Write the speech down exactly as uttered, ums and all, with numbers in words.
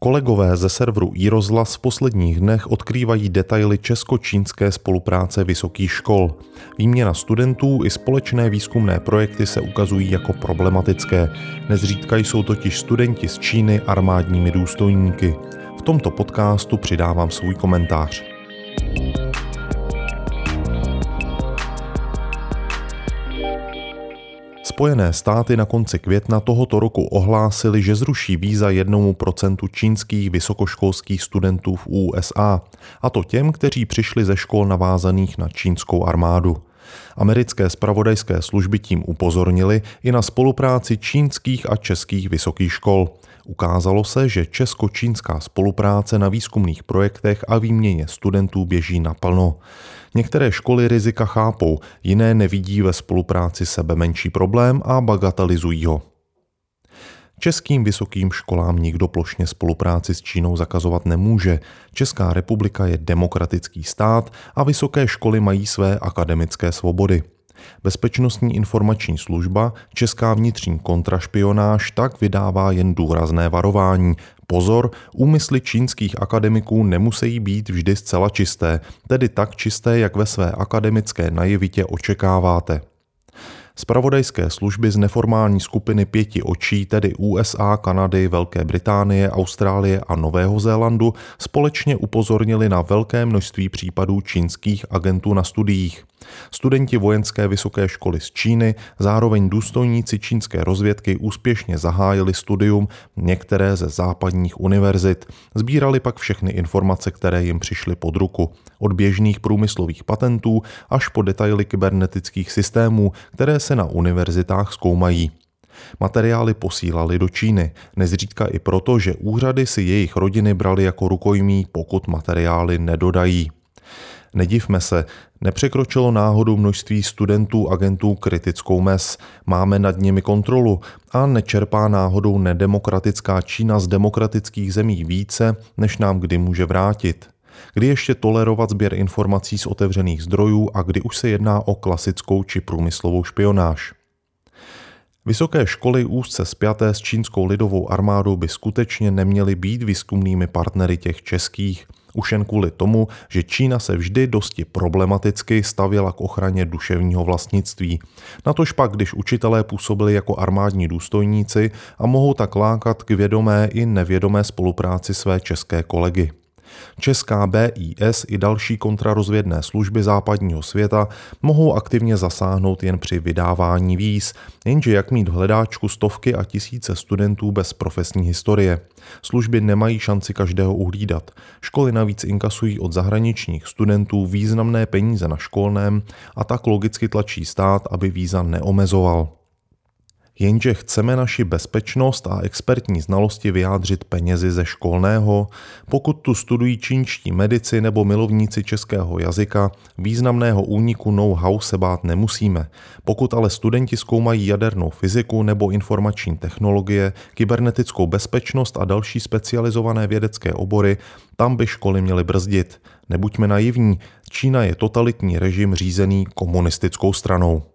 Kolegové ze serveru iRozhlas v posledních dnech odkrývají detaily česko-čínské spolupráce vysokých škol. Výměna studentů i společné výzkumné projekty se ukazují jako problematické. Nezřídka jsou totiž studenti z Číny armádními důstojníky. V tomto podcastu přidávám svůj komentář. Spojené státy na konci května tohoto roku ohlásily, že zruší víza jednomu procentu čínských vysokoškolských studentů v U S A, a to těm, kteří přišli ze škol navázaných na čínskou armádu. Americké zpravodajské služby tím upozornily i na spolupráci čínských a českých vysokých škol. Ukázalo se, že česko-čínská spolupráce na výzkumných projektech a výměně studentů běží naplno. Některé školy rizika chápou, jiné nevidí ve spolupráci sebe menší problém a bagatelizují ho. Českým vysokým školám nikdo plošně spolupráci s Čínou zakazovat nemůže. Česká republika je demokratický stát a vysoké školy mají své akademické svobody. Bezpečnostní informační služba, Česká vnitřní kontrašpionáž tak vydává jen důrazné varování. Pozor, úmysly čínských akademiků nemusí být vždy zcela čisté, tedy tak čisté, jak ve své akademické naivitě očekáváte. Zpravodajské služby z neformální skupiny pěti očí, tedy U S A, Kanady, Velké Británie, Austrálie a Nového Zélandu, společně upozornili na velké množství případů čínských agentů na studiích. Studenti vojenské vysoké školy z Číny, zároveň důstojníci čínské rozvědky úspěšně zahájili studium některé ze západních univerzit. Sbírali pak všechny informace, které jim přišly pod ruku. Od běžných průmyslových patentů až po detaily kybernetických systémů, které se na univerzitách zkoumají. Materiály posílali do Číny, nezřídka i proto, že úřady si jejich rodiny brali jako rukojmí, pokud materiály nedodají. Nedivme se, nepřekročilo náhodou množství studentů agentů kritickou mez, máme nad nimi kontrolu a nečerpá náhodou nedemokratická Čína z demokratických zemí více, než nám kdy může vrátit. Kdy ještě tolerovat sběr informací z otevřených zdrojů a kdy už se jedná o klasickou či průmyslovou špionáž. Vysoké školy úzce spjaté s čínskou lidovou armádou by skutečně neměly být výzkumnými partnery těch českých, už jen kvůli tomu, že Čína se vždy dosti problematicky stavěla k ochraně duševního vlastnictví. Natož pak, když učitelé působili jako armádní důstojníci a mohou tak lákat k vědomé i nevědomé spolupráci své české kolegy. Česká B I S i další kontrarozvědné služby západního světa mohou aktivně zasáhnout jen při vydávání víz, jenže jak mít v hledáčku stovky a tisíce studentů bez profesní historie. Služby nemají šanci každého uhlídat. Školy navíc inkasují od zahraničních studentů významné peníze na školném a tak logicky tlačí stát, aby víza neomezoval. Jenže chceme naši bezpečnost a expertní znalosti vyjádřit penězi ze školného? Pokud tu studují čínští medici nebo milovníci českého jazyka, významného úniku know-how se bát nemusíme. Pokud ale studenti zkoumají jadernou fyziku nebo informační technologie, kybernetickou bezpečnost a další specializované vědecké obory, tam by školy měly brzdit. Nebuďme naivní, Čína je totalitní režim řízený komunistickou stranou.